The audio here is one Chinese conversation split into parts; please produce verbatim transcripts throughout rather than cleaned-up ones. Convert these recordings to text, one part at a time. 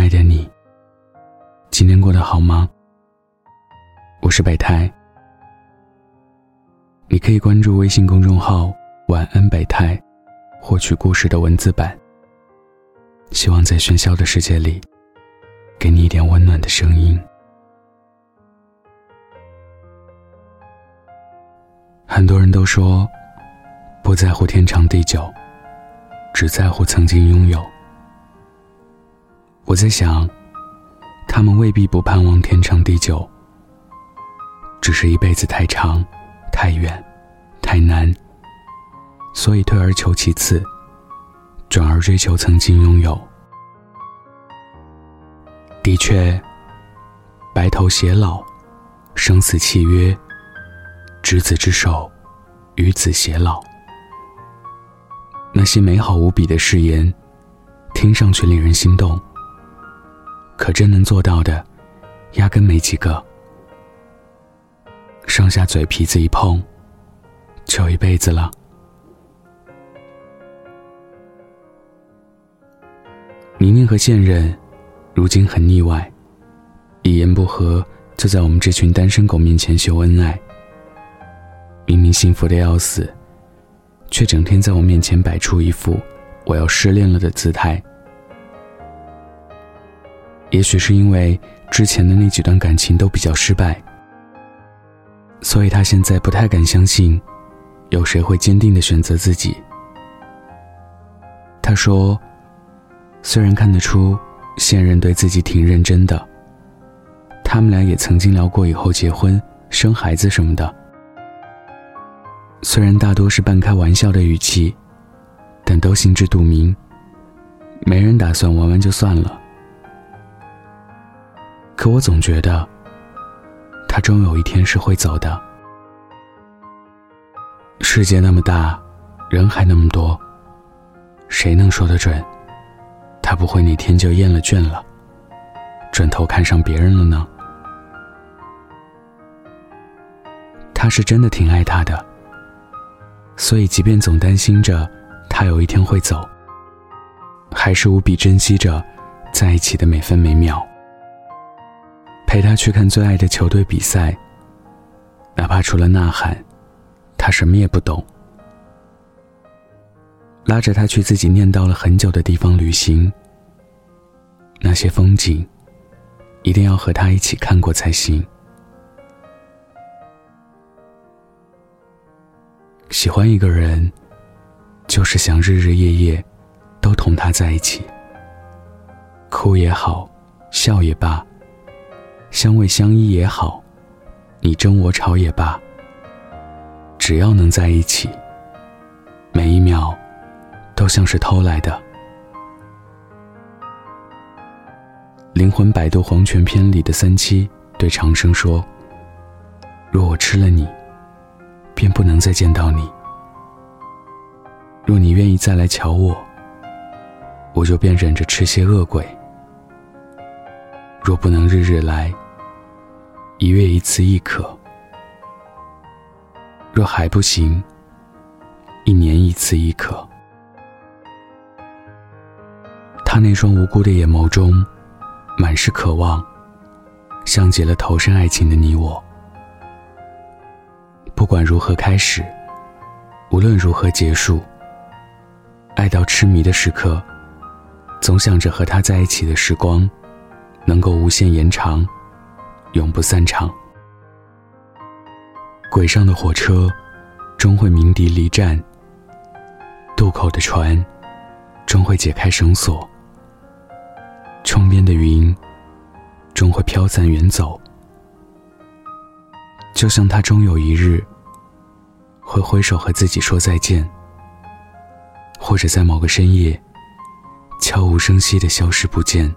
爱的你，今天过得好吗？我是北太，你可以关注微信公众号晚安北太，获取故事的文字版。希望在喧嚣的世界里，给你一点温暖的声音。很多人都说，不在乎天长地久，只在乎曾经拥有。我在想，他们未必不盼望天长地久，只是一辈子太长、太远、太难，所以退而求其次，转而追求曾经拥有。的确，白头偕老，生死契约，执子之手，与子偕老。那些美好无比的誓言，听上去令人心动，可真能做到的，压根没几个。上下嘴皮子一碰，就一辈子了。明明和现任如今很腻歪，一言不合就在我们这群单身狗面前秀恩爱。明明幸福的要死，却整天在我面前摆出一副我要失恋了的姿态。也许是因为之前的那几段感情都比较失败，所以他现在不太敢相信有谁会坚定地选择自己。他说，虽然看得出现任对自己挺认真的，他们俩也曾经聊过以后结婚生孩子什么的，虽然大多是半开玩笑的语气，但都心知肚明，没人打算玩玩就算了。可我总觉得他终有一天是会走的。世界那么大，人还那么多，谁能说得准他不会哪天就厌了倦了，转头看上别人了呢？他是真的挺爱他的，所以即便总担心着他有一天会走，还是无比珍惜着在一起的每分每秒。陪他去看最爱的球队比赛，哪怕除了呐喊他什么也不懂。拉着他去自己念叨了很久的地方旅行，那些风景一定要和他一起看过才行。喜欢一个人，就是想日日夜夜都同他在一起，哭也好，笑也罢，相偎相依也好，你争我吵也罢，只要能在一起，每一秒都像是偷来的。灵魂摆渡黄泉篇里的三七对长生说，若我吃了你，便不能再见到你，若你愿意再来瞧我，我就便忍着吃些恶鬼，若不能日日来，一月一次亦可，若还不行，一年一次亦可。他那双无辜的眼眸中满是渴望，像极了投身爱情的你我。不管如何开始，无论如何结束，爱到痴迷的时刻，总想着和他在一起的时光能够无限延长，永不散场。轨上的火车终会鸣笛离站，渡口的船终会解开绳索，窗边的云终会飘散远走。就像他终有一日会挥手和自己说再见，或者在某个深夜悄无声息地消失不见。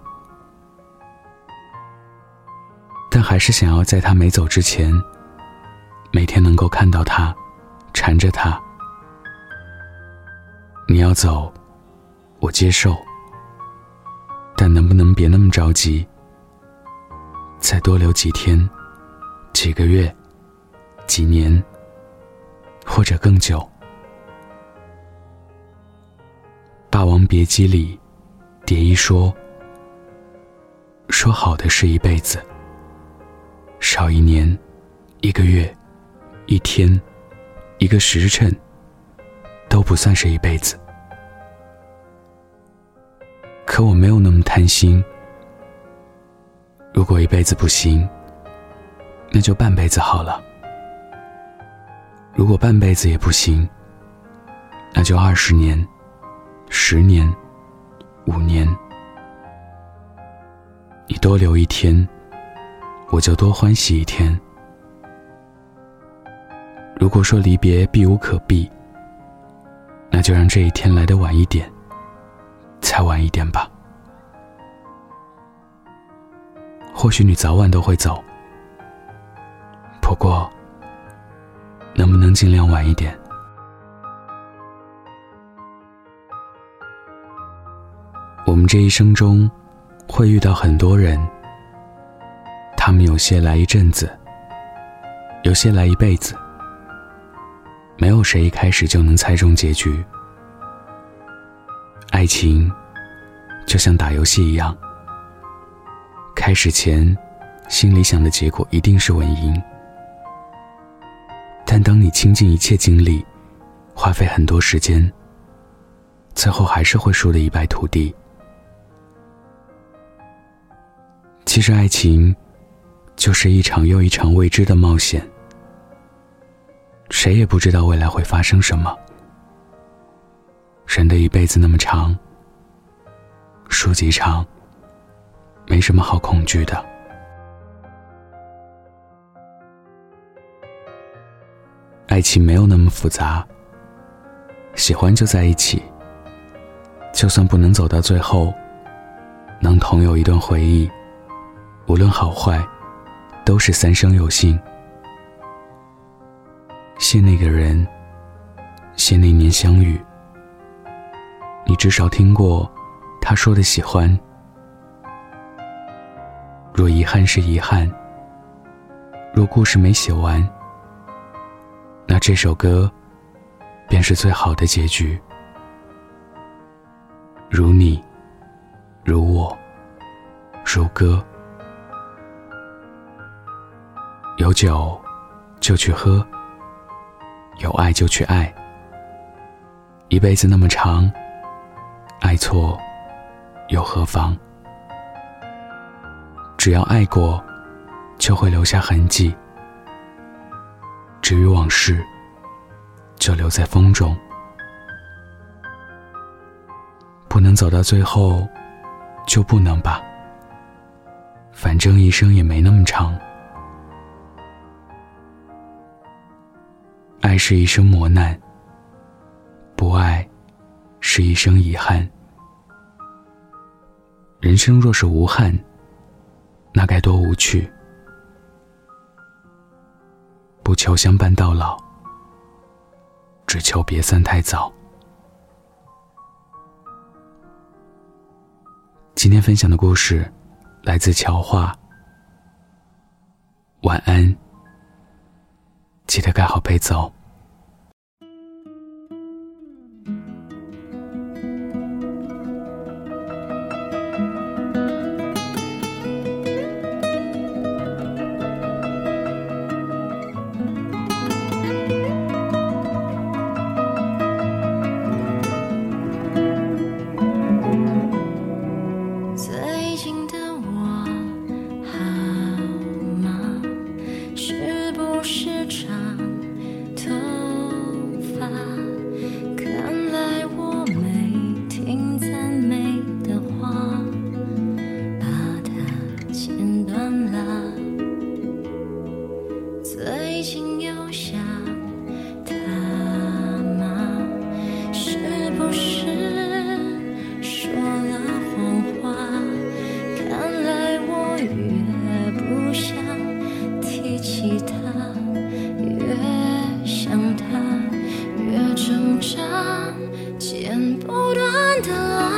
但还是想要在他没走之前，每天能够看到他，缠着他。你要走，我接受，但能不能别那么着急，再多留几天、几个月、几年，或者更久。霸王别姬里蝶衣说， 说好的是一辈子，少一年，一个月，一天，一个时辰，都不算是一辈子。可我没有那么贪心，如果一辈子不行，那就半辈子好了。如果半辈子也不行，那就二十年、十年、五年。你多留一天，我就多欢喜一天。如果说离别避无可避，那就让这一天来得晚一点，再晚一点吧。或许你早晚都会走，不过能不能尽量晚一点？我们这一生中会遇到很多人，他们有些来一阵子，有些来一辈子，没有谁一开始就能猜中结局。爱情就像打游戏一样，开始前心里想的结果一定是稳赢，但当你倾尽一切精力，花费很多时间，最后还是会输得一败涂地。其实爱情就是一场又一场未知的冒险，谁也不知道未来会发生什么。人的一辈子那么长，输几场没什么好恐惧的。爱情没有那么复杂，喜欢就在一起，就算不能走到最后，能同有一段回忆，无论好坏，都是三生有幸。谢那个人，谢那年相遇，你至少听过他说的喜欢。若遗憾是遗憾，若故事没写完，那这首歌便是最好的结局。如你，如我，如歌。有酒就去喝，有爱就去爱。一辈子那么长，爱错又何妨？只要爱过，就会留下痕迹。至于往事，就留在风中。不能走到最后，就不能吧。反正一生也没那么长。爱是一生磨难，不爱是一生遗憾。人生若是无憾，那该多无趣。不求相伴到老，只求别散太早。今天分享的故事来自乔画。晚安，记得盖好被子哦。 最近又想他吗？是不是说了谎话？看来我越不想提起他，越想他，越挣扎，剪不断的